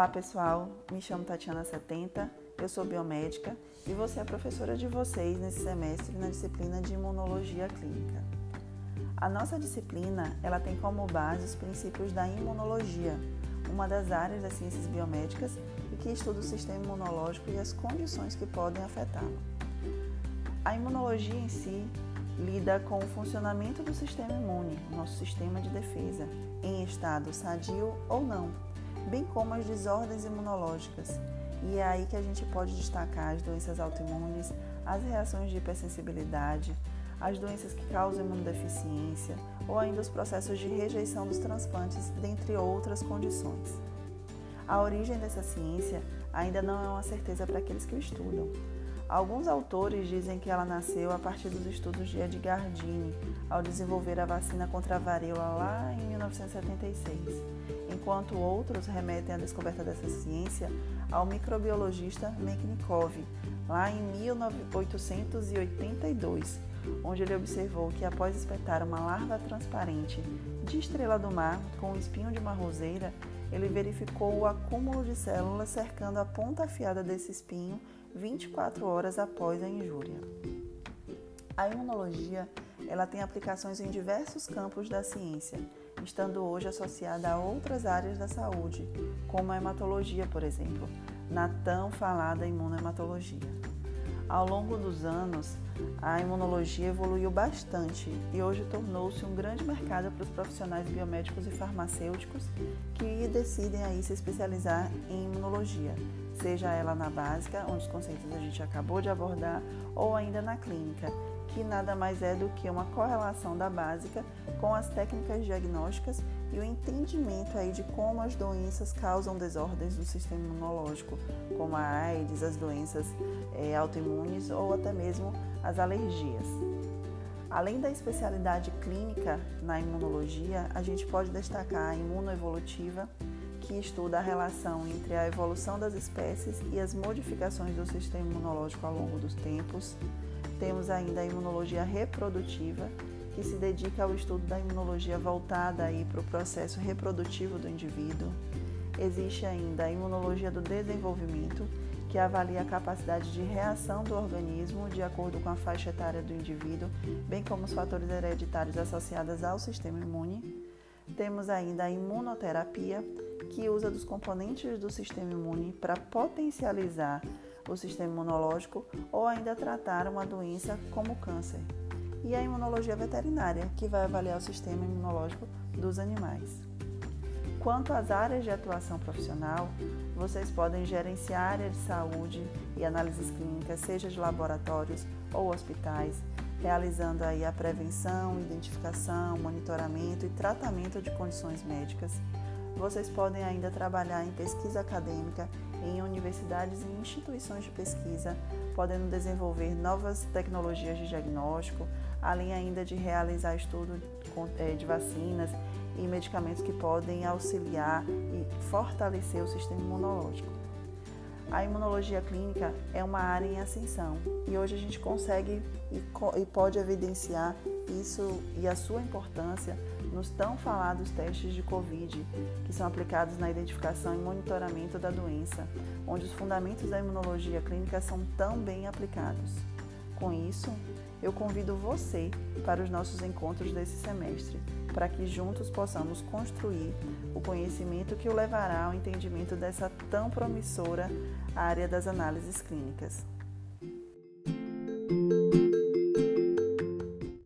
Olá pessoal, me chamo Tatiana 70, eu sou biomédica e vou ser a professora de vocês nesse semestre na disciplina de Imunologia Clínica. A nossa disciplina ela tem como base os princípios da imunologia, uma das áreas das ciências biomédicas e que estuda o sistema imunológico e as condições que podem afetá-lo. A imunologia em si lida com o funcionamento do sistema imune, o nosso sistema de defesa, em estado sadio ou não, bem como as desordens imunológicas. E é aí que a gente pode destacar as doenças autoimunes, as reações de hipersensibilidade, as doenças que causam imunodeficiência ou ainda os processos de rejeição dos transplantes, dentre outras condições. A origem dessa ciência ainda não é uma certeza para aqueles que o estudam. Alguns autores dizem que ela nasceu a partir dos estudos de Edgar Jenner, ao desenvolver a vacina contra a varíola lá em 1976, enquanto outros remetem a descoberta dessa ciência ao microbiologista Mennikov, lá em 1882, onde ele observou que após espetar uma larva transparente de estrela do mar com um espinho de uma roseira, ele verificou o acúmulo de células cercando a ponta afiada desse espinho 24 horas após a injúria. A imunologia ela tem aplicações em diversos campos da ciência, estando hoje associada a outras áreas da saúde, como a hematologia, por exemplo, na tão falada imunohematologia. Ao longo dos anos, a imunologia evoluiu bastante e hoje tornou-se um grande mercado para os profissionais biomédicos e farmacêuticos que decidem aí se especializar em imunologia, seja ela na básica, onde os conceitos a gente acabou de abordar, ou ainda na clínica, que nada mais é do que uma correlação da básica com as técnicas diagnósticas e o entendimento aí de como as doenças causam desordens do sistema imunológico, como a AIDS, as doenças autoimunes ou até mesmo as alergias. Além da especialidade clínica na imunologia, a gente pode destacar a imunoevolutiva, que estuda a relação entre a evolução das espécies e as modificações do sistema imunológico ao longo dos tempos. Temos ainda a imunologia reprodutiva, que se dedica ao estudo da imunologia voltada aí para o processo reprodutivo do indivíduo. Existe ainda a imunologia do desenvolvimento, que avalia a capacidade de reação do organismo de acordo com a faixa etária do indivíduo, bem como os fatores hereditários associados ao sistema imune. Temos ainda a imunoterapia, que usa dos componentes do sistema imune para potencializar o sistema imunológico ou ainda tratar uma doença como o câncer. E a imunologia veterinária, que vai avaliar o sistema imunológico dos animais. Quanto às áreas de atuação profissional, vocês podem gerenciar a área de saúde e análises clínicas, seja de laboratórios ou hospitais, realizando aí a prevenção, identificação, monitoramento e tratamento de condições médicas. Vocês podem ainda trabalhar em pesquisa acadêmica em universidades e instituições de pesquisa, podendo desenvolver novas tecnologias de diagnóstico, além ainda de realizar estudo de vacinas e medicamentos que podem auxiliar e fortalecer o sistema imunológico. A imunologia clínica é uma área em ascensão e hoje a gente consegue e pode evidenciar isso e a sua importância nos tão falados testes de Covid, que são aplicados na identificação e monitoramento da doença, onde os fundamentos da imunologia clínica são tão bem aplicados. Com isso, eu convido você para os nossos encontros desse semestre, para que juntos possamos construir o conhecimento que o levará ao entendimento dessa tão promissora área das análises clínicas.